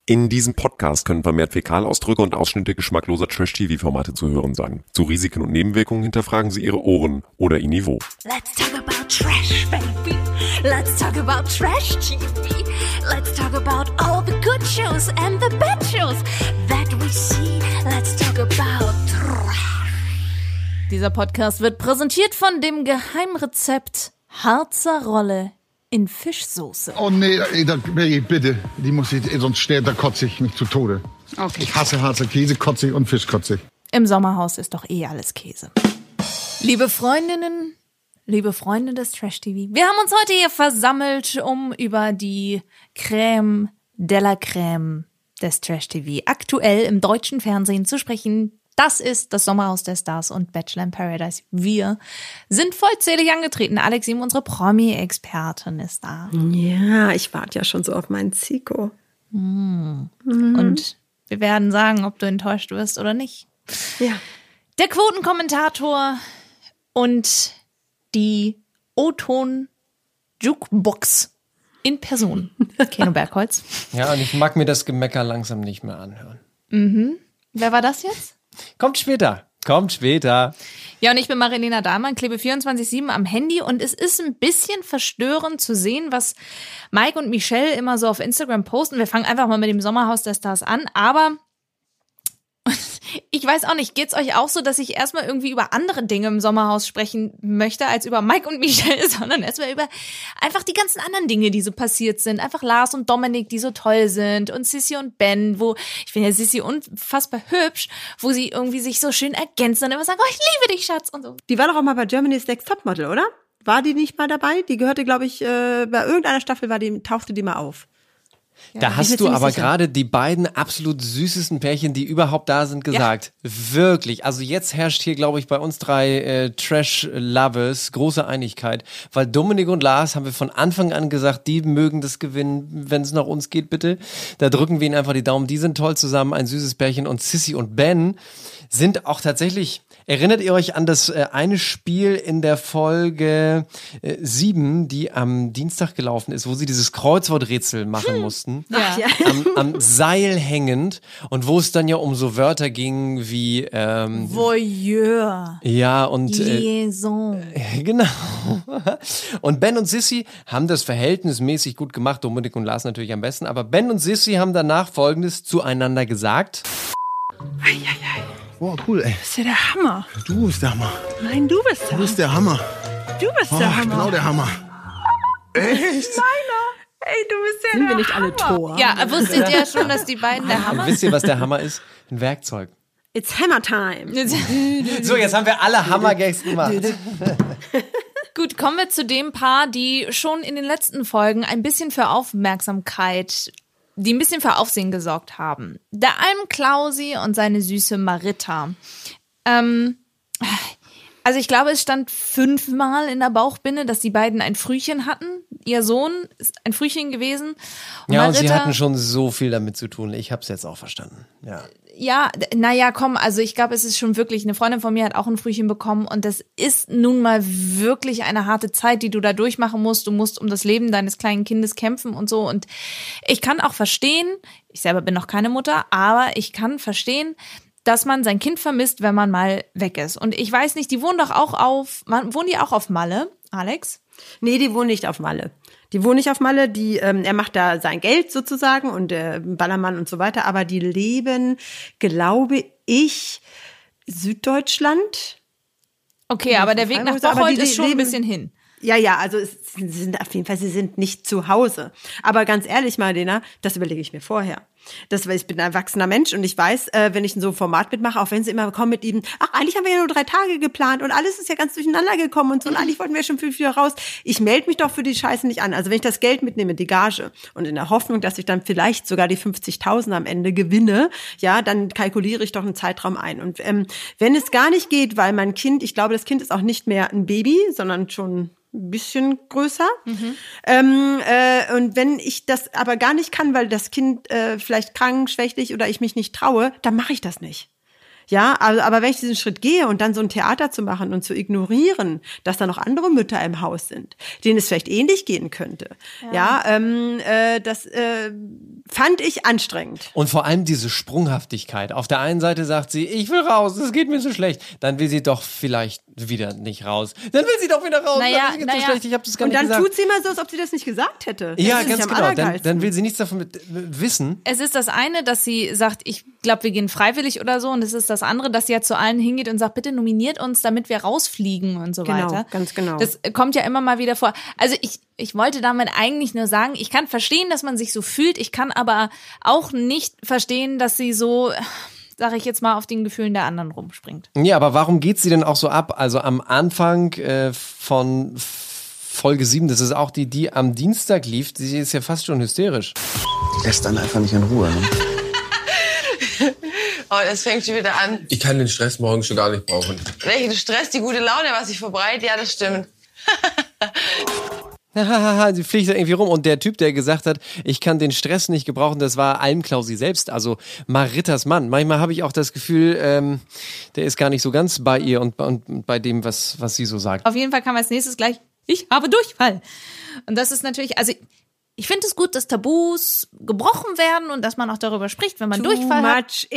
In diesem Podcast können vermehrt Fäkalausdrücke und Ausschnitte geschmackloser Trash-TV-Formate zu hören sein. Zu Risiken und Nebenwirkungen hinterfragen Sie Ihre Ohren oder Ihr Niveau. Let's talk about trash, baby. Let's talk about trash TV. Let's talk about all the good shows and the bad shows that we see. Let's talk about trash. Dieser Podcast wird präsentiert von dem Geheimrezept Harzer Rolle in Fischsoße. Oh nee, Mary, bitte. Die muss ich, sonst da kotze ich mich zu Tode. Okay. Ich hasse Harzer Käse, kotze ich und Fisch kotze ich. Im Sommerhaus ist doch eh alles Käse. Liebe Freundinnen, liebe Freunde des Trash-TV, wir haben uns heute hier versammelt, um über die Crème de la Crème des Trash-TV aktuell im deutschen Fernsehen zu sprechen. Das ist das Sommerhaus der Stars und Bachelor in Paradise. Wir sind vollzählig angetreten. Alex, unsere Promi-Expertin ist da. Ja, ich warte ja schon so auf meinen Zico. Und wir werden sagen, ob du enttäuscht wirst oder nicht. Ja. Der Quotenkommentator und die O-Ton-Jukebox in Person. Keno Bergholz. Ja, und ich mag mir das Gemecker langsam nicht mehr anhören. Wer war das jetzt? Kommt später. Ja, und ich bin Marilena Dahlmann, klebe 24/7 am Handy und es ist ein bisschen verstörend zu sehen, was Mike und Michelle immer so auf Instagram posten. Wir fangen einfach mal mit dem Sommerhaus der Stars an, aber ich weiß auch nicht, geht's euch auch so, dass ich erstmal irgendwie über andere Dinge im Sommerhaus sprechen möchte, als über Mike und Michelle, sondern erstmal über einfach die ganzen anderen Dinge, die so passiert sind. Einfach Lars und Dominik, die so toll sind und Sissi und Ben, wo, ich finde ja Sissi unfassbar hübsch, wo sie irgendwie sich so schön ergänzen und immer sagen, oh, ich liebe dich, Schatz und so. Die war doch auch mal bei Germany's Next Topmodel, oder? War die nicht mal dabei? Die gehörte, glaube ich, bei irgendeiner Staffel tauchte die mal auf. Ja, Da hast du aber sicher. gerade die beiden absolut süßesten Pärchen, die überhaupt da sind, gesagt. Ja. Wirklich. Also jetzt herrscht hier, glaube ich, bei uns drei Trash-Lovers große Einigkeit. Weil Dominik und Lars haben wir von Anfang an gesagt, die mögen das gewinnen, wenn es nach uns geht, bitte. Da drücken wir ihnen einfach die Daumen. Die sind toll zusammen, ein süßes Pärchen. Und Sissi und Ben sind auch tatsächlich... Erinnert ihr euch an das eine Spiel in der Folge 7, die am Dienstag gelaufen ist, wo sie dieses Kreuzworträtsel machen mussten? Ja. Am Seil hängend und wo es dann ja um so Wörter ging wie Voyeur. ja und Liaison. genau. Und Ben und Sissi haben das verhältnismäßig gut gemacht, Dominik und Lars natürlich am besten, aber Ben und Sissi haben danach Folgendes zueinander gesagt. Boah, cool, ey. Das ist ja der Hammer. Du bist der Hammer. Nein, du bist Du bist der Hammer. Du bist Oh, ich bin auch der Hammer. Echt? Ey, du bist ja Sind wir nicht alle Tor? Ja, wusstet ihr ja schon, dass die beiden der Hammer... Wisst ihr, was der Hammer ist? Ein Werkzeug. It's Hammer Time. So, jetzt haben wir alle Hammer-Gags gemacht. Gut, kommen wir zu dem Paar, die schon in den letzten Folgen ein bisschen für Aufmerksamkeit, die ein bisschen für Aufsehen gesorgt haben. Der Alm Klausi und seine süße Marita. Also ich glaube, es stand 5-mal in der Bauchbinde, dass die beiden ein Frühchen hatten. Ihr Sohn ist ein Frühchen gewesen. Und Ja, und sie Marita, hatten schon so viel damit zu tun. Ich hab's jetzt auch verstanden. Ja. ja, naja, komm, also ich glaube, es ist schon wirklich, eine Freundin von mir hat auch ein Frühchen bekommen und das ist nun mal wirklich eine harte Zeit, die du da durchmachen musst. Du musst um das Leben deines kleinen Kindes kämpfen und so und ich kann auch verstehen, ich selber bin noch keine Mutter, aber ich kann verstehen, dass man sein Kind vermisst, wenn man mal weg ist. Und ich weiß nicht, die wohnen doch auch wohnen die auch auf Malle, Alex? Nee, die wohnen nicht auf Malle. Er macht da sein Geld sozusagen und Ballermann und so weiter, aber die leben, glaube ich, Süddeutschland. Okay, aber der Weg nach Bocholt ist schon ein bisschen hin. Ja, also sie sind auf jeden Fall, sie sind nicht zu Hause. Aber ganz ehrlich, Marlena, das überlege ich mir vorher. Ich bin ein erwachsener Mensch und ich weiß, wenn ich so ein Format mitmache, auch wenn sie immer kommen mit ihm, ach, eigentlich haben wir ja nur 3 Tage geplant und alles ist ja ganz durcheinander gekommen und so und eigentlich wollten wir schon viel raus. Ich melde mich doch für die Scheiße nicht an. Also wenn ich das Geld mitnehme, die Gage und in der Hoffnung, dass ich dann vielleicht sogar die 50.000 am Ende gewinne, ja, dann kalkuliere ich doch einen Zeitraum ein. Und wenn es gar nicht geht, weil mein Kind, ich glaube, das Kind ist auch nicht mehr ein Baby, sondern schon ein bisschen größer. Und wenn ich das aber gar nicht kann, weil das Kind vielleicht krank, schwächlich oder ich mich nicht traue, dann mache ich das nicht. Ja, aber wenn ich diesen Schritt gehe und dann so ein Theater zu machen und zu ignorieren, dass da noch andere Mütter im Haus sind, denen es vielleicht ähnlich gehen könnte, das fand ich anstrengend. Und vor allem diese Sprunghaftigkeit. Auf der einen Seite sagt sie, ich will raus, es geht mir so schlecht. Dann will sie doch vielleicht wieder nicht raus. Dann will sie doch wieder raus. Naja, so schlecht. Ich hab das gar nicht gesagt. Und dann tut sie immer so, als ob sie das nicht gesagt hätte. Ja, ganz genau. Dann will sie nichts davon wissen. Es ist das eine, dass sie sagt, ich glaube, wir gehen freiwillig oder so. Und es ist das andere, dass sie ja zu allen hingeht und sagt, bitte nominiert uns, damit wir rausfliegen und so weiter. Genau, ganz genau. Das kommt ja immer mal wieder vor. Also ich wollte damit eigentlich nur sagen, ich kann verstehen, dass man sich so fühlt. Ich kann aber auch nicht verstehen, dass sie so, sage ich jetzt mal, auf den Gefühlen der anderen rumspringt. Ja, aber warum geht sie denn auch so ab? Also am Anfang von Folge 7, das ist auch die am Dienstag lief, sie ist ja fast schon hysterisch. Lässt dann einfach nicht in Ruhe. Ne? Oh, das fängt schon wieder an. Ich kann den Stress morgen schon gar nicht brauchen. Welchen Stress, die gute Laune, was ich verbreite, ja, das stimmt. Sie fliegt da irgendwie rum und der Typ, der gesagt hat, ich kann den Stress nicht gebrauchen, das war Almklausi selbst, also Marittas Mann. Manchmal habe ich auch das Gefühl, der ist gar nicht so ganz bei ihr und bei dem, was sie so sagt. Auf jeden Fall kam als nächstes gleich, ich habe Durchfall. Und das ist natürlich, also ich finde es gut, dass Tabus gebrochen werden und dass man auch darüber spricht, wenn man Durchfall hat. Too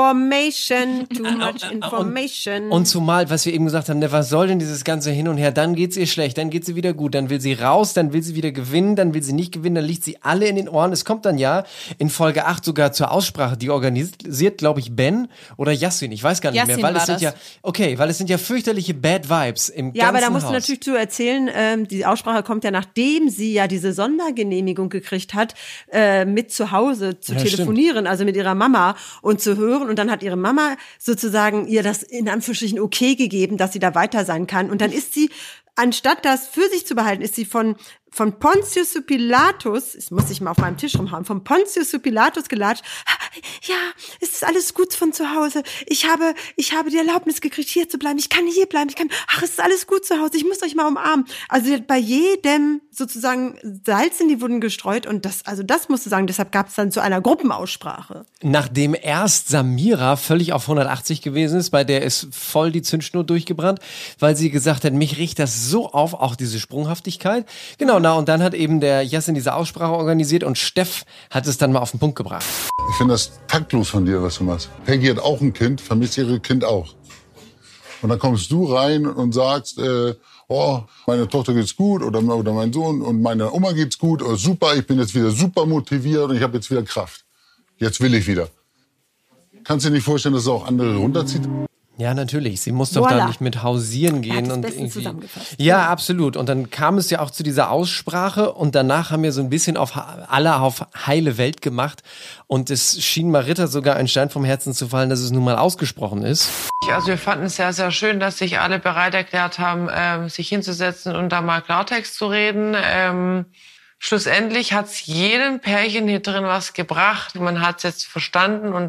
much information. Und zumal, was wir eben gesagt haben, was soll denn dieses ganze Hin und Her? Dann geht's ihr schlecht, dann geht sie wieder gut, dann will sie raus, dann will sie wieder gewinnen, dann will sie nicht gewinnen, dann liegt sie alle in den Ohren. Es kommt dann ja in Folge 8 sogar zur Aussprache, die organisiert, glaube ich, Ben oder Yassin, ich weiß gar nicht Yassin mehr, weil es sind ja fürchterliche Bad Vibes im ganzen Haus. Ja, aber da musst du natürlich zu erzählen, die Aussprache kommt ja, nachdem sie ja diese Sondergenehmigung gekriegt hat, mit zu Hause zu telefonieren, stimmt. Also mit ihrer Mama und zu hören. Und dann hat ihre Mama sozusagen ihr das in Anführungsstrichen okay gegeben, dass sie da weiter sein kann. Und dann ist sie, anstatt das für sich zu behalten, ist sie von Pontius zu Pilatus, das muss ich mal auf meinem Tisch rumhauen, von Pontius zu Pilatus gelatscht. Ja, es ist alles gut von zu Hause. Ich habe die Erlaubnis gekriegt, hier zu bleiben. Ich kann hier bleiben. Es ist alles gut zu Hause. Ich muss euch mal umarmen. Also sie hat bei jedem sozusagen Salz in die Wunden gestreut und das musst du sagen, deshalb gab es dann zu einer Gruppenaussprache. Nachdem erst Samira völlig auf 180 gewesen ist, bei der ist voll die Zündschnur durchgebrannt, weil sie gesagt hat, mich riecht das so auf, auch diese Sprunghaftigkeit. Genau, und dann hat eben der Yassin diese Aussprache organisiert und Steff hat es dann mal auf den Punkt gebracht. Ich finde das taktlos von dir, was du machst. Peggy hat auch ein Kind, vermisst ihre Kind auch. Und dann kommst du rein und sagst, meine Tochter geht's gut oder mein Sohn und meiner Oma geht's gut. Oder super, ich bin jetzt wieder super motiviert und ich habe jetzt wieder Kraft. Jetzt will ich wieder. Kannst du dir nicht vorstellen, dass es auch andere runterzieht? Ja, natürlich. Sie muss doch da nicht mit hausieren gehen. Und irgendwie. Ja, absolut. Und dann kam es ja auch zu dieser Aussprache und danach haben wir so ein bisschen alle auf heile Welt gemacht und es schien Maritta sogar ein Stein vom Herzen zu fallen, dass es nun mal ausgesprochen ist. Also wir fanden es sehr, sehr schön, dass sich alle bereit erklärt haben, sich hinzusetzen und da mal Klartext zu reden. Schlussendlich hat es jedem Pärchen hier drin was gebracht. Man hat es jetzt verstanden und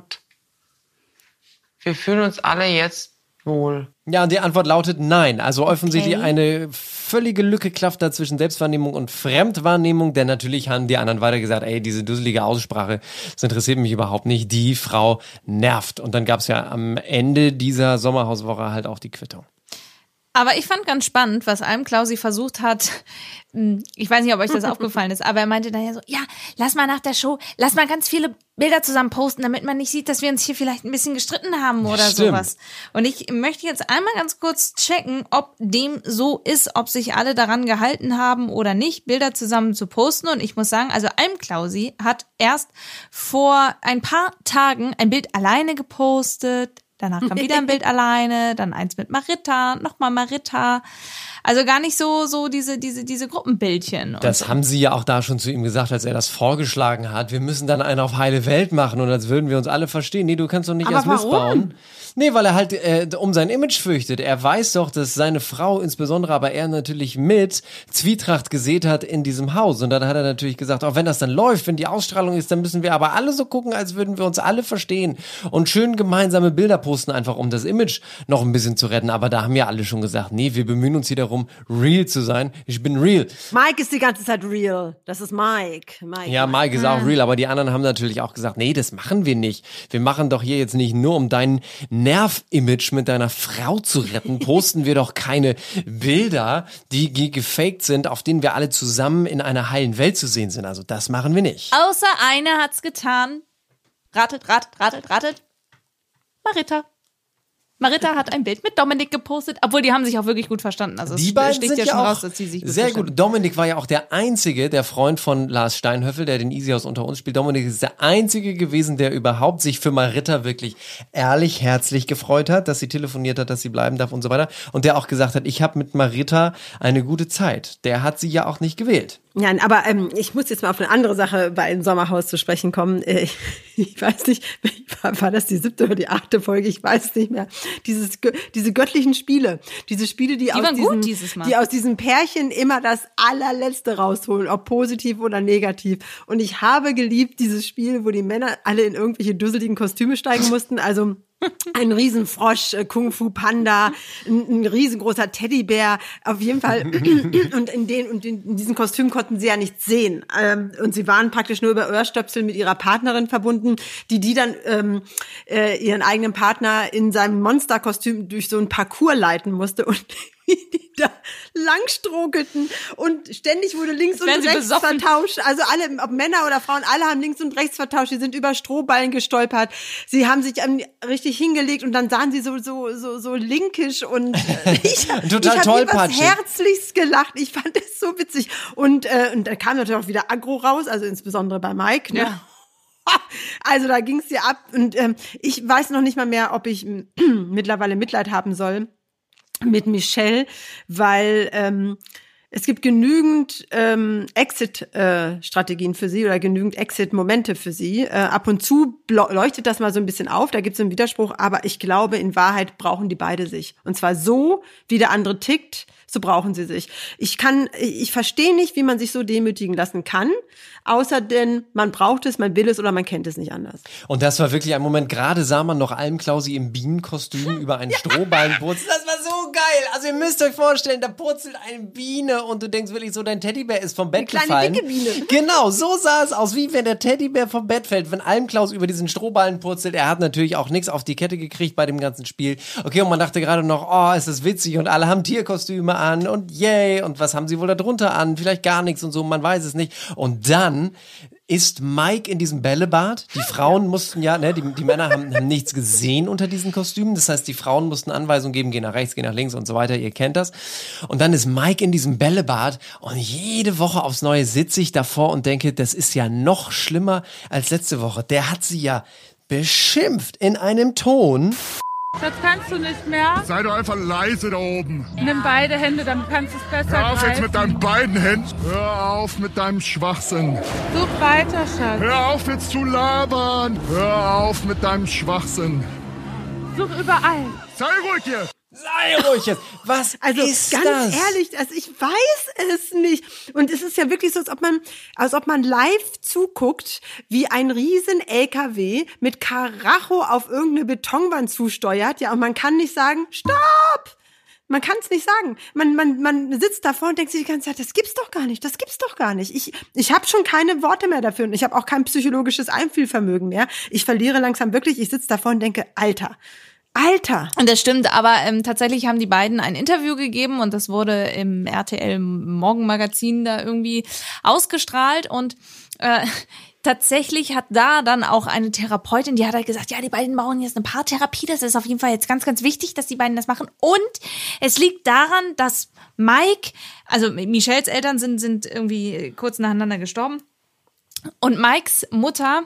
wir fühlen uns alle jetzt wohl. Ja, und die Antwort lautet nein. Also offensichtlich eine völlige Lücke klafft da zwischen Selbstwahrnehmung und Fremdwahrnehmung, denn natürlich haben die anderen weiter gesagt, diese dusselige Aussprache, das interessiert mich überhaupt nicht, die Frau nervt. Und dann gab es ja am Ende dieser Sommerhauswoche halt auch die Quittung. Aber ich fand ganz spannend, was Almklausi versucht hat. Ich weiß nicht, ob euch das aufgefallen ist, aber er meinte dann ja so, ja, lass mal nach der Show, lass mal ganz viele Bilder zusammen posten, damit man nicht sieht, dass wir uns hier vielleicht ein bisschen gestritten haben oder sowas. Und ich möchte jetzt einmal ganz kurz checken, ob dem so ist, ob sich alle daran gehalten haben oder nicht, Bilder zusammen zu posten. Und ich muss sagen, also Almklausi hat erst vor ein paar Tagen ein Bild alleine gepostet. Danach kam wieder ein Bild alleine, dann eins mit Maritta, nochmal Maritta. Also gar nicht so diese Gruppenbildchen. Das so. Haben sie ja auch da schon zu ihm gesagt, als er das vorgeschlagen hat. Wir müssen dann einen auf heile Welt machen und als würden wir uns alle verstehen. Nee, du kannst doch nicht erst missbauen. Nee, weil er halt um sein Image fürchtet. Er weiß doch, dass seine Frau insbesondere, aber er natürlich mit Zwietracht gesät hat in diesem Haus. Und dann hat er natürlich gesagt, auch wenn das dann läuft, wenn die Ausstrahlung ist, dann müssen wir aber alle so gucken, als würden wir uns alle verstehen und schön gemeinsame Bilder posten, einfach um das Image noch ein bisschen zu retten. Aber da haben ja alle schon gesagt, nee, wir bemühen uns hier darum, real zu sein. Ich bin real. Mike ist die ganze Zeit real. Das ist Mike. Ja, Mike ist auch real, aber die anderen haben natürlich auch gesagt, nee, das machen wir nicht. Wir machen doch hier jetzt nicht nur, um dein Nerv-Image mit deiner Frau zu retten, posten wir doch keine Bilder, die gefaked sind, auf denen wir alle zusammen in einer heilen Welt zu sehen sind. Also das machen wir nicht. Außer einer hat's getan. Ratet. Marita hat ein Bild mit Dominik gepostet, obwohl die haben sich auch wirklich gut verstanden. Also die es beiden sticht sind ja schon auch raus, dass sie sich gut sehr verstanden. gut. Dominik war ja auch der Einzige, der Freund von Lars Steinhöffel, der den Easy House unter uns spielt. Dominik ist der Einzige gewesen, der überhaupt sich für Marita wirklich ehrlich, herzlich gefreut hat, dass sie telefoniert hat, dass sie bleiben darf und so weiter. Und der auch gesagt hat, ich habe mit Marita eine gute Zeit. Der hat sie ja auch nicht gewählt. Ja, aber ich muss jetzt mal auf eine andere Sache bei einem Sommerhaus zu sprechen kommen. Ich weiß nicht, war das die 7. oder die 8. Folge? Ich weiß nicht mehr. Diese göttlichen Spiele. Diese Spiele, die aus diesem Pärchen immer das allerletzte rausholen, ob positiv oder negativ. Und ich habe geliebt dieses Spiel, wo die Männer alle in irgendwelche dusseligen Kostüme steigen mussten. Also ein Riesenfrosch, Kung-Fu-Panda, ein riesengroßer Teddybär, auf jeden Fall. Und in diesem Kostüm konnten sie ja nichts sehen. Und sie waren praktisch nur über Ohrstöpsel mit ihrer Partnerin verbunden, die dann ihren eigenen Partner in seinem Monsterkostüm durch so ein Parcours leiten musste und wie die da langstrokelten und ständig wurde links und rechts vertauscht. Also alle, ob Männer oder Frauen, alle haben links und rechts vertauscht. Die sind über Strohballen gestolpert. Sie haben sich richtig hingelegt und dann sahen sie so linkisch und ich total tollpatschig. Ich habe herzlichst gelacht. Ich fand es so witzig. Und da kam natürlich auch wieder Aggro raus, also insbesondere bei Mike. Ne? Ja. Also da ging's dir ab und ich weiß noch nicht mal mehr, ob ich mittlerweile Mitleid haben soll mit Michelle, weil es gibt genügend Exit-Strategien für sie oder genügend Exit-Momente für sie. Ab und zu leuchtet das mal so ein bisschen auf, da gibt es einen Widerspruch, aber ich glaube, in Wahrheit brauchen die beide sich. Und zwar so, wie der andere tickt, so brauchen sie sich. Ich verstehe nicht, wie man sich so demütigen lassen kann, außer denn man braucht es, man will es oder man kennt es nicht anders. Und das war wirklich ein Moment, gerade sah man noch Almklausi im Bienenkostüm über einen Strohballen purzeln. Das war so geil. Also ihr müsst euch vorstellen, da purzelt eine Biene und du denkst wirklich so, dein Teddybär ist vom Bett gefallen. Eine kleine dicke Biene. Genau, so sah es aus, wie wenn der Teddybär vom Bett fällt, wenn Almklaus über diesen Strohballen purzelt. Er hat natürlich auch nichts auf die Kette gekriegt bei dem ganzen Spiel. Okay, und man dachte gerade noch, oh, ist das witzig und alle haben Tierkostüme an und yay, und was haben sie wohl da drunter an? Vielleicht gar nichts und so, man weiß es nicht. Und dann ist Mike in diesem Bällebad. Die Frauen mussten ja, ne, die Männer haben nichts gesehen unter diesen Kostümen. Das heißt, die Frauen mussten Anweisungen geben, geh nach rechts, geh nach links und so weiter. Ihr kennt das. Und dann ist Mike in diesem Bällebad und jede Woche aufs Neue sitze ich davor und denke, das ist ja noch schlimmer als letzte Woche. Der hat sie ja beschimpft in einem Ton. Das kannst du nicht mehr. Sei doch einfach leise da oben. Nimm beide Hände, dann kannst du es besser Hör auf greifen. jetzt mit deinen beiden Händen. Hör auf mit deinem Schwachsinn. Such weiter, Schatz. Hör auf jetzt zu labern. Hör auf mit deinem Schwachsinn. Such überall. Sei ruhig hier. Sei ruhig jetzt. Was ist ganz das? Ganz ehrlich, also ich weiß es nicht. Und es ist ja wirklich so, als ob man live zuguckt, wie ein riesen LKW mit Karacho auf irgendeine Betonwand zusteuert. Ja, und man kann nicht sagen, stopp! Man kann es nicht sagen. Man sitzt davor und denkt sich die ganze Zeit, das gibt's doch gar nicht, das gibt's doch gar nicht. Ich habe schon keine Worte mehr dafür und ich habe auch kein psychologisches Einfühlvermögen mehr. Ich verliere langsam wirklich, ich sitze davor und denke, Alter. Und das stimmt, aber tatsächlich haben die beiden ein Interview gegeben und das wurde im RTL Morgenmagazin da irgendwie ausgestrahlt und tatsächlich hat da dann auch eine Therapeutin, die hat halt gesagt, ja, die beiden brauchen jetzt eine Paartherapie, das ist auf jeden Fall jetzt ganz, ganz wichtig, dass die beiden das machen und es liegt daran, dass Mike, also Michelles Eltern sind irgendwie kurz nacheinander gestorben und Mikes Mutter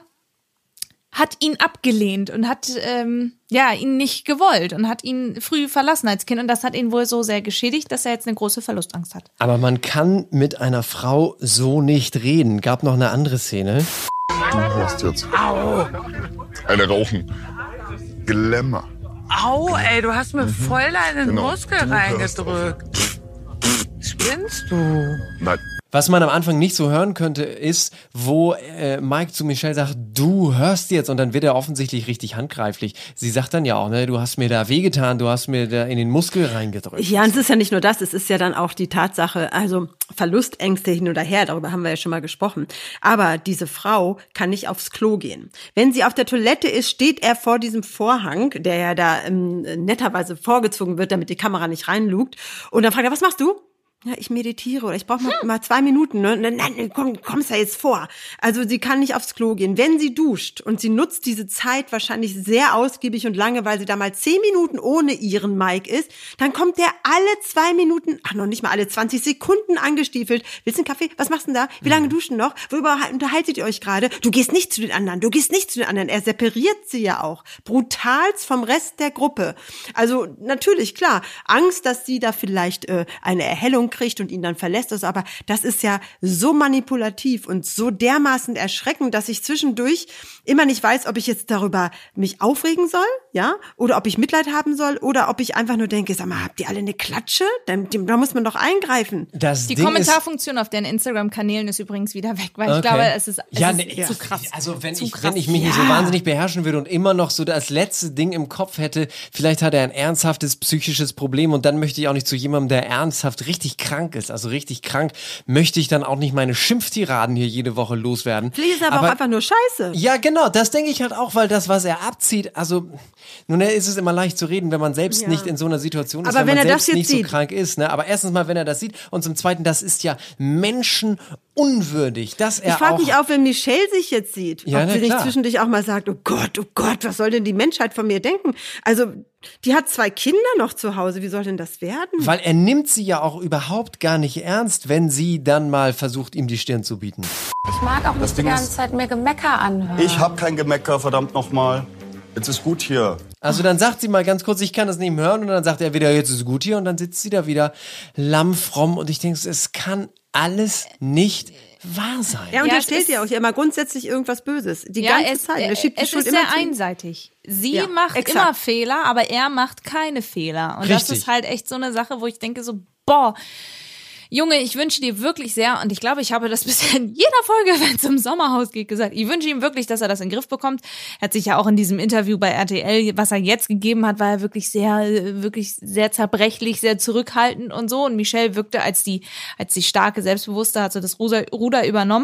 hat ihn abgelehnt und hat ihn nicht gewollt und hat ihn früh verlassen als Kind und das hat ihn wohl so sehr geschädigt, dass er jetzt eine große Verlustangst hat. Aber man kann mit einer Frau so nicht reden. Gab noch eine andere Szene. Du hast jetzt. Au! Eine Rauchen. Glamour. Au, ey, du hast mir voll deinen Muskel reingedrückt. Spinnst du? Nein. Was man am Anfang nicht so hören könnte, ist, wo Mike zu Michelle sagt, du hörst jetzt, und dann wird er offensichtlich richtig handgreiflich. Sie sagt dann ja auch, ne, du hast mir da wehgetan, du hast mir da in den Muskel reingedrückt. Ja, und es ist ja nicht nur das, es ist ja dann auch die Tatsache, also Verlustängste hin oder her, darüber haben wir ja schon mal gesprochen. Aber diese Frau kann nicht aufs Klo gehen. Wenn sie auf der Toilette ist, steht er vor diesem Vorhang, der ja da netterweise vorgezogen wird, damit die Kamera nicht reinlugt. Und dann fragt er, was machst du? Ja, ich meditiere oder ich brauche mal 2 Minuten. Ne? Nein, kommst ja jetzt vor. Also sie kann nicht aufs Klo gehen. Wenn sie duscht und sie nutzt diese Zeit wahrscheinlich sehr ausgiebig und lange, weil sie da mal 10 Minuten ohne ihren Mike ist, dann kommt der alle 2 Minuten, noch nicht mal alle 20 Sekunden angestiefelt. Willst du einen Kaffee? Was machst du denn da? Wie lange duschen noch? Worüber unterhaltet ihr euch gerade? Du gehst nicht zu den anderen. Er separiert sie ja auch. Brutalst vom Rest der Gruppe. Also natürlich, klar, Angst, dass sie da vielleicht eine Erhellung kriegt und ihn dann verlässt. Aber das ist ja so manipulativ und so dermaßen erschreckend, dass ich zwischendurch immer nicht weiß, ob ich jetzt darüber mich aufregen soll, ja, oder ob ich Mitleid haben soll oder ob ich einfach nur denke, sag mal, habt ihr alle eine Klatsche? Da muss man doch eingreifen. Die Kommentarfunktion auf den Instagram-Kanälen ist übrigens wieder weg, weil ich glaube, es ist zu krass. Also wenn ich mich nicht so wahnsinnig beherrschen würde und immer noch so das letzte Ding im Kopf hätte, vielleicht hat er ein ernsthaftes psychisches Problem und dann möchte ich auch nicht zu jemandem, der ernsthaft richtig krank ist, also richtig krank, möchte ich dann auch nicht meine Schimpftiraden hier jede Woche loswerden. Vielleicht ist aber auch einfach nur scheiße. Ja, genau, das denke ich halt auch, weil das, was er abzieht, also nun ist es immer leicht zu reden, wenn man selbst nicht in so einer Situation ist, aber wenn man er selbst das nicht sieht. so krank ist. Ne? Aber erstens mal, wenn er das sieht und zum Zweiten, das ist ja menschenunwürdig, dass er Ich frage mich auch, wenn Michelle sich jetzt sieht, ja, ob sie nicht zwischendurch auch mal sagt, oh Gott, was soll denn die Menschheit von mir denken? Also die hat 2 Kinder noch zu Hause, wie soll denn das werden? Weil er nimmt sie ja auch überhaupt gar nicht ernst, wenn sie dann mal versucht, ihm die Stirn zu bieten. Ich mag auch nicht die ganze Zeit mehr Gemecker anhören. Ich hab kein Gemecker, verdammt nochmal. Jetzt ist gut hier. Also dann sagt sie mal ganz kurz, ich kann das nicht mehr hören. Und dann sagt er wieder, jetzt ist gut hier. Und dann sitzt sie da wieder lammfromm. Und ich denke, es kann alles nicht wahr sein. Er unterstellt ja auch immer grundsätzlich irgendwas Böses. Die ganze Zeit. Er schiebt die Schuld ist immer sehr zu. einseitig. Sie macht immer Fehler, aber er macht keine Fehler. Und das ist halt echt so eine Sache, wo ich denke so, boah, Junge, ich wünsche dir wirklich sehr, und ich glaube, ich habe das bisher in jeder Folge, wenn es um Sommerhaus geht, gesagt, ich wünsche ihm wirklich, dass er das in den Griff bekommt. Er hat sich ja auch in diesem Interview bei RTL, was er jetzt gegeben hat, war er wirklich sehr zerbrechlich, sehr zurückhaltend und so. Und Michelle wirkte als die starke, selbstbewusste, hat so das Ruder übernommen.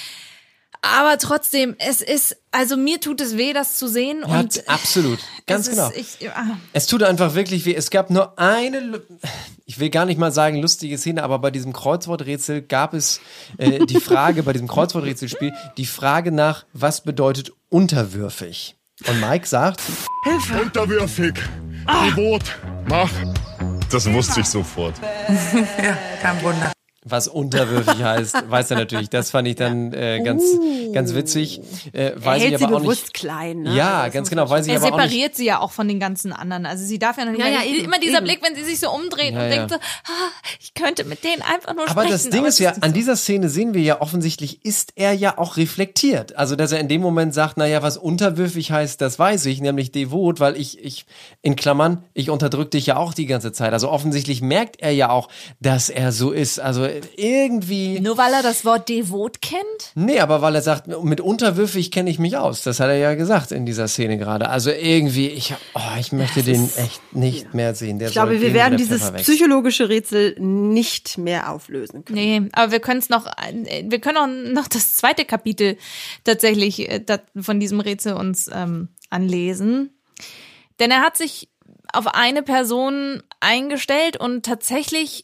Aber trotzdem, also mir tut es weh, das zu sehen. Ja, und absolut, ganz genau. Es tut einfach wirklich weh. Es gab nur eine, ich will gar nicht mal sagen lustige Szene, aber bei diesem Kreuzworträtsel gab es die Frage, bei diesem Kreuzworträtselspiel, die Frage nach, was bedeutet unterwürfig? Und Mike sagt, Hilfe! Unterwürfig! Devot! Mach! Das wusste ich sofort. Ja, kein Wunder. Was unterwürfig heißt, weiß er natürlich. Das fand ich dann ganz witzig. Weiß ich aber sie auch bewusst nicht. klein. Ne? Ja, ganz genau. Weiß ich aber auch nicht. Er separiert sie ja auch von den ganzen anderen. Also sie darf ja noch nicht immer dieser Blick, wenn sie sich so umdreht und denkt so, ich könnte mit denen einfach nur sprechen. Aber das Ding ist ja, an dieser Szene sehen wir ja offensichtlich, ist er ja auch reflektiert. Also, dass er in dem Moment sagt, naja, was unterwürfig heißt, das weiß ich, nämlich devot, weil ich in Klammern, ich unterdrück dich ja auch die ganze Zeit. Also offensichtlich merkt er ja auch, dass er so ist. Also irgendwie... Nur weil er das Wort devot kennt? Nee, aber weil er sagt, mit unterwürfig kenne ich mich aus. Das hat er ja gesagt in dieser Szene gerade. Also irgendwie, ich möchte den echt nicht mehr sehen. Ich glaube, wir werden dieses psychologische Rätsel nicht mehr auflösen können. Nee, aber wir können auch noch das zweite Kapitel tatsächlich von diesem Rätsel uns anlesen. Denn er hat sich auf eine Person eingestellt und tatsächlich...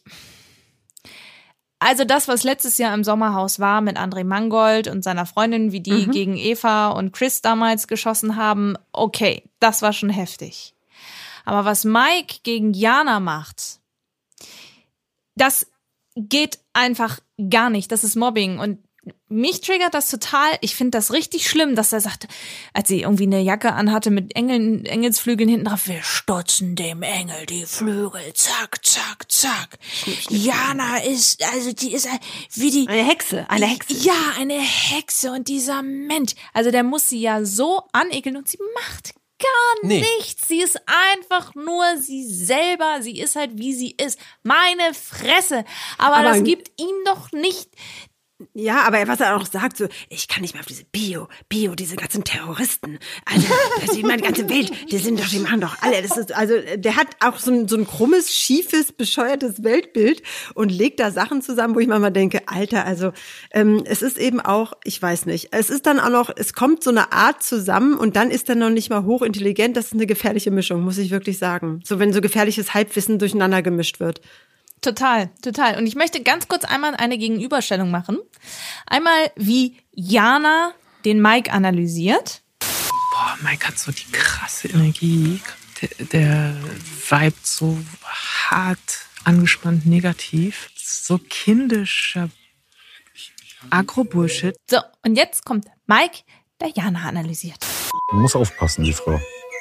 Also das, was letztes Jahr im Sommerhaus war mit André Mangold und seiner Freundin, wie die gegen Eva und Chris damals geschossen haben, okay, das war schon heftig. Aber was Mike gegen Jana macht, das geht einfach gar nicht. Das ist Mobbing und mich triggert das total. Ich finde das richtig schlimm, dass er sagt, als sie irgendwie eine Jacke anhatte mit Engelsflügeln hinten drauf, wir stutzen dem Engel die Flügel, zack, zack, zack. Jana ist, also die ist wie die... Eine Hexe. Ja, eine Hexe und dieser Mensch. Also der muss sie ja so anekeln und sie macht gar nichts. Sie ist einfach nur sie selber. Sie ist halt, wie sie ist. Meine Fresse. Aber das gibt ihm doch nicht... Ja, aber was er auch sagt, so, ich kann nicht mehr auf diese diese ganzen Terroristen. Also, das ist meine ganze Welt, die machen doch alle. Das ist, also, der hat auch so ein krummes, schiefes, bescheuertes Weltbild und legt da Sachen zusammen, wo ich manchmal denke, Alter, also, es ist eben auch, ich weiß nicht, es ist dann auch noch, es kommt so eine Art zusammen und dann ist er noch nicht mal hochintelligent. Das ist eine gefährliche Mischung, muss ich wirklich sagen. So, wenn so gefährliches Halbwissen durcheinander gemischt wird. Total. Und ich möchte ganz kurz einmal eine Gegenüberstellung machen. Einmal, wie Jana den Mike analysiert. Boah, Mike hat so die krasse Energie. Der vibet so hart, angespannt, negativ. So kindischer Agro-Bullshit. So, und jetzt kommt Mike, der Jana analysiert. Man muss aufpassen, die Frau.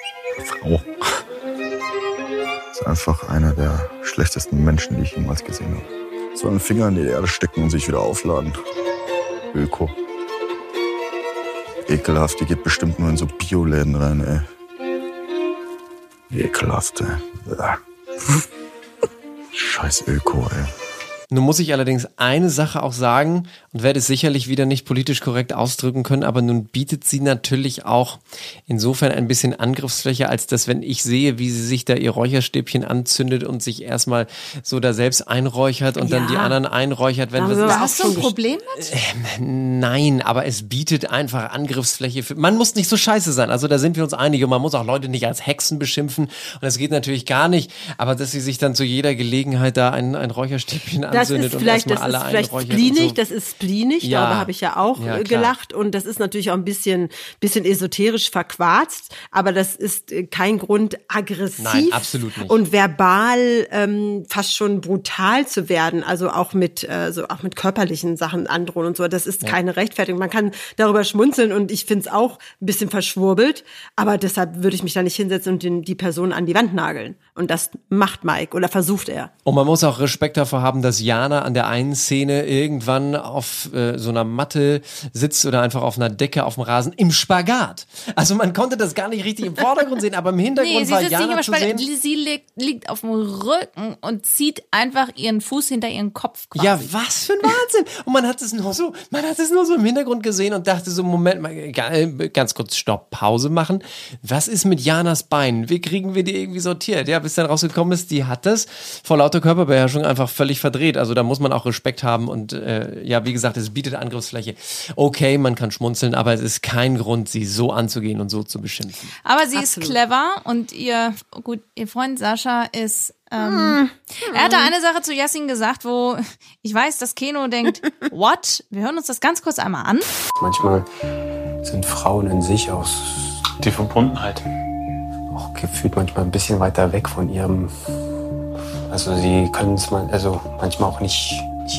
Ist einfach einer der schlechtesten Menschen, die ich jemals gesehen habe. So einen Finger in die Erde stecken und sich wieder aufladen. Öko. Ekelhaft, die geht bestimmt nur in so Bioläden rein, ey. Ekelhaft, ey. Scheiß Öko, ey. Nun muss ich allerdings eine Sache auch sagen und werde es sicherlich wieder nicht politisch korrekt ausdrücken können, aber nun bietet sie natürlich auch insofern ein bisschen Angriffsfläche, als dass, wenn ich sehe, wie sie sich da ihr Räucherstäbchen anzündet und sich erstmal so da selbst einräuchert und dann die anderen einräuchert. Hast du ein Problem mit? Nein, aber es bietet einfach Angriffsfläche. Man muss nicht so scheiße sein, also da sind wir uns einig und man muss auch Leute nicht als Hexen beschimpfen und das geht natürlich gar nicht, aber dass sie sich dann zu jeder Gelegenheit da ein Räucherstäbchen anzündet und erstmal alle einräuchert. Das ist spleenig, Ja. Darüber habe ich ja auch gelacht und das ist natürlich auch ein bisschen esoterisch verquarzt, aber das ist kein Grund, aggressiv Nein, absolut nicht. Und verbal fast schon brutal zu werden, also auch mit körperlichen Sachen androhen und so. Das ist keine Rechtfertigung. Man kann darüber schmunzeln und ich finde es auch ein bisschen verschwurbelt, aber deshalb würde ich mich da nicht hinsetzen und die Person an die Wand nageln. Und das macht Mike oder versucht er. Und man muss auch Respekt davor haben, dass Jana an der einen Szene irgendwann auf so einer Matte sitzt oder einfach auf einer Decke auf dem Rasen im Spagat. Also man konnte das gar nicht richtig im Vordergrund sehen, aber im Hintergrund war Jana zu sehen. Sie liegt auf dem Rücken und zieht einfach ihren Fuß hinter ihren Kopf quasi. Ja, was für ein Wahnsinn. Und man hat es nur so im Hintergrund gesehen und dachte so, Moment mal, ganz kurz Stopp, Pause machen. Was ist mit Janas Beinen? Wie kriegen wir die irgendwie sortiert? Ja, bis dann rausgekommen ist, die hat das vor lauter Körperbeherrschung einfach völlig verdreht. Also da muss man auch Respekt haben und wie gesagt, es bietet Angriffsfläche. Okay, man kann schmunzeln, aber es ist kein Grund, sie so anzugehen und so zu beschimpfen. Aber sie ist clever und ihr Freund Sascha ist er hat da eine Sache zu Yassin gesagt, wo ich weiß, dass Keno denkt, what? Wir hören uns das ganz kurz einmal an. Manchmal sind Frauen in sich aus die Verbundenheit auch gefühlt manchmal ein bisschen weiter weg von ihrem, also sie können es manchmal auch nicht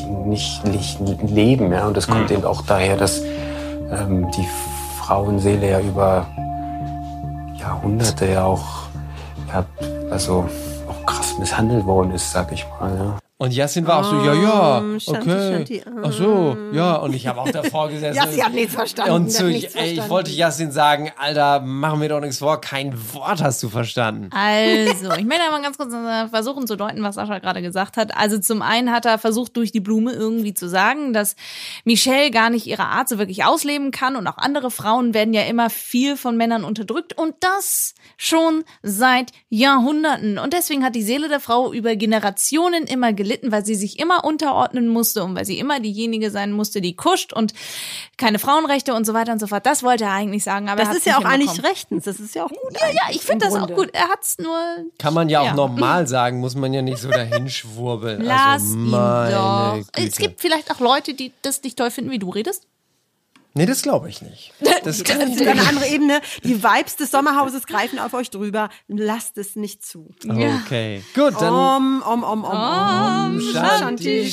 leben, ja, und das kommt eben auch daher, dass die Frauenseele ja über Jahrhunderte ja auch auch krass misshandelt worden ist, sag ich mal, ja. Und Yassin war auch so, okay. Ach so, ja. Und ich habe auch davor gesessen. Yassin hat nichts verstanden. Und ich wollte Yassin sagen, Alter, machen wir doch nichts vor. Kein Wort hast du verstanden. Also, ich möchte mal ganz kurz versuchen zu deuten, was Sascha gerade gesagt hat. Also zum einen hat er versucht, durch die Blume irgendwie zu sagen, dass Michelle gar nicht ihre Art so wirklich ausleben kann. Und auch andere Frauen werden ja immer viel von Männern unterdrückt. Und das schon seit Jahrhunderten. Und deswegen hat die Seele der Frau über Generationen immer gelitten, weil sie sich immer unterordnen musste und weil sie immer diejenige sein musste, die kuscht und keine Frauenrechte und so weiter und so fort. Das wollte er eigentlich sagen, aber das ist ja auch eigentlich rechtens. Das ist ja auch gut. Ja, ich finde das auch gut. Er hat's nur... Kann man ja auch normal sagen, muss man ja nicht so dahin schwurbeln. Lass also, ihn doch. Güte. Es gibt vielleicht auch Leute, die das nicht toll finden, wie du redest. Nee, das glaube ich nicht. Das ist eine andere Ebene. Die Vibes des Sommerhauses greifen auf euch drüber. Lasst es nicht zu. Okay, gut, dann... Om, Shanti,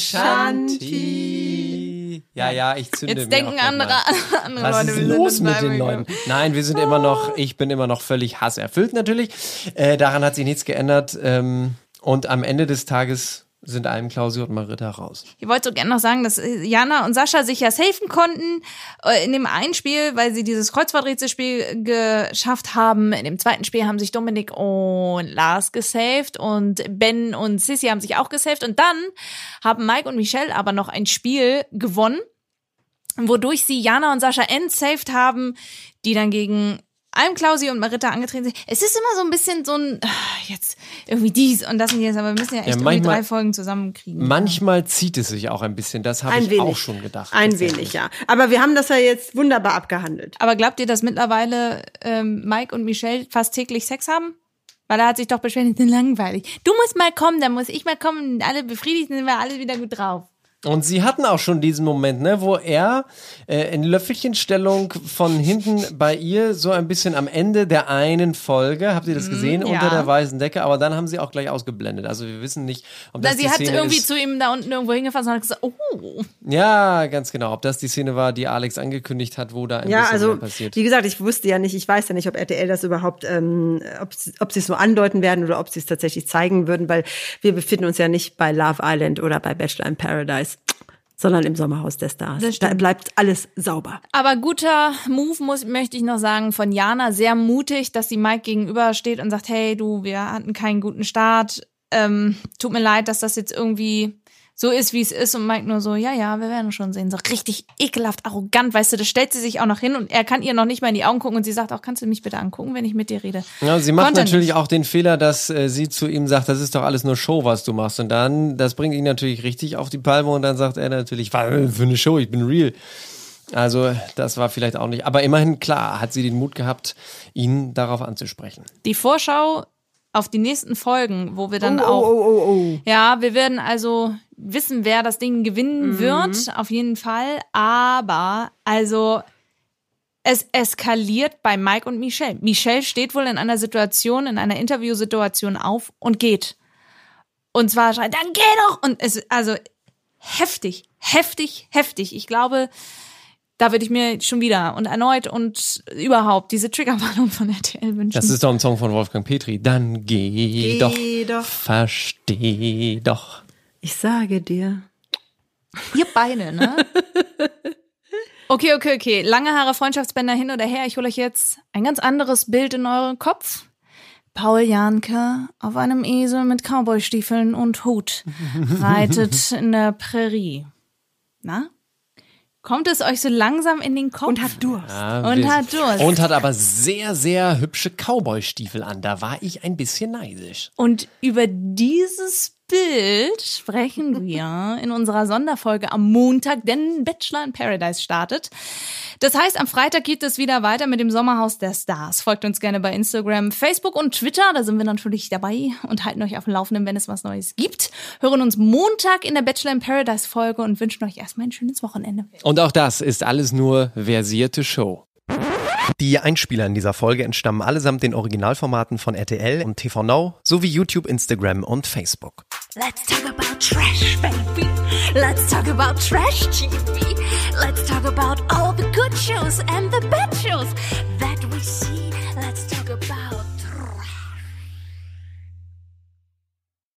Shanti. Ja, ich zünde jetzt mir denken andere Was Leute, ist los mit den Leuten? Nein, ich bin immer noch völlig hasserfüllt natürlich. Daran hat sich nichts geändert. Und am Ende des Tages sind Almklausi und Marita raus. Ich wollte so gerne noch sagen, dass Jana und Sascha sich ja safen konnten in dem einen Spiel, weil sie dieses Kreuzworträtselspiel geschafft haben. In dem zweiten Spiel haben sich Dominik und Lars gesaved und Ben und Sissi haben sich auch gesaved. Und dann haben Mike und Michelle aber noch ein Spiel gewonnen, wodurch sie Jana und Sascha entsaved haben, die dann gegen Almklausi und Marita angetreten sind. Es ist immer so ein bisschen so ein, jetzt irgendwie dies und das und jenes, aber wir müssen ja echt irgendwie 3 Folgen zusammenkriegen. Manchmal zieht es sich auch ein bisschen, das habe ich auch schon gedacht. Ein wenig, ja. Aber wir haben das ja jetzt wunderbar abgehandelt. Aber glaubt ihr, dass mittlerweile Mike und Michelle fast täglich Sex haben? Weil er hat sich doch beschwert, das ist langweilig. Du musst mal kommen, dann muss ich mal kommen, alle befriedigt, dann sind wir alle wieder gut drauf. Und sie hatten auch schon diesen Moment, ne, wo er in Löffelchenstellung von hinten bei ihr so ein bisschen am Ende der einen Folge, habt ihr das gesehen, unter der weißen Decke, aber dann haben sie auch gleich ausgeblendet. Also wir wissen nicht, ob das die Szene ist. Sie hat irgendwie zu ihm da unten irgendwo hingefasst und hat gesagt, oh. Ja, ganz genau. Ob das die Szene war, die Alex angekündigt hat, wo da ein bisschen mehr passiert. Wie gesagt, ich weiß ja nicht, ob RTL das überhaupt, ob sie es nur andeuten werden oder ob sie es tatsächlich zeigen würden, weil wir befinden uns ja nicht bei Love Island oder bei Bachelor in Paradise, sondern im Sommerhaus der Stars. Da bleibt alles sauber. Aber guter Move möchte ich noch sagen von Jana, sehr mutig, dass sie Mike gegenübersteht und sagt, hey du, wir hatten keinen guten Start, tut mir leid, dass das jetzt irgendwie so ist, wie es ist, und Mike nur so, ja, wir werden schon sehen. So richtig ekelhaft, arrogant, weißt du, da stellt sie sich auch noch hin und er kann ihr noch nicht mal in die Augen gucken und sie sagt auch, kannst du mich bitte angucken, wenn ich mit dir rede? Ja, sie macht natürlich auch den Fehler, dass sie zu ihm sagt, das ist doch alles nur Show, was du machst. Und dann, das bringt ihn natürlich richtig auf die Palme und dann sagt er natürlich, was für eine Show, ich bin real. Also das war vielleicht auch nicht, aber immerhin, klar, hat sie den Mut gehabt, ihn darauf anzusprechen. Die Vorschau auf die nächsten Folgen, wo wir dann ja, wir werden also wissen, wer das Ding gewinnen wird, auf jeden Fall, aber also es eskaliert bei Mike und Michelle. Michelle steht wohl in einer Interviewsituation auf und geht. Und zwar schreit, dann geh doch! Und es ist also heftig. Ich glaube, da würde ich mir schon wieder und erneut und überhaupt diese Triggerwarnung von RTL wünschen. Das ist doch ein Song von Wolfgang Petri. Dann geh doch, versteh doch. Ich sage dir. Ihr beide, ne? Okay. Lange Haare, Freundschaftsbänder hin oder her. Ich hole euch jetzt ein ganz anderes Bild in euren Kopf. Paul Janke auf einem Esel mit Cowboystiefeln und Hut reitet in der Prärie. Na? Kommt es euch so langsam in den Kopf? Und hat Durst. Ja, und hat aber sehr, sehr hübsche Cowboy-Stiefel an. Da war ich ein bisschen neidisch. Und über dieses Bild sprechen wir in unserer Sonderfolge am Montag, denn Bachelor in Paradise startet. Das heißt, am Freitag geht es wieder weiter mit dem Sommerhaus der Stars. Folgt uns gerne bei Instagram, Facebook und Twitter. Da sind wir natürlich dabei und halten euch auf dem Laufenden, wenn es was Neues gibt. Hören uns Montag in der Bachelor in Paradise Folge und wünschen euch erstmal ein schönes Wochenende. Und auch das ist alles nur versierte Show. Die Einspieler in dieser Folge entstammen allesamt den Originalformaten von RTL und TV Now sowie YouTube, Instagram und Facebook. Let's talk about trash, baby. Let's talk about trash TV. Let's talk about all the good shows and the bad shows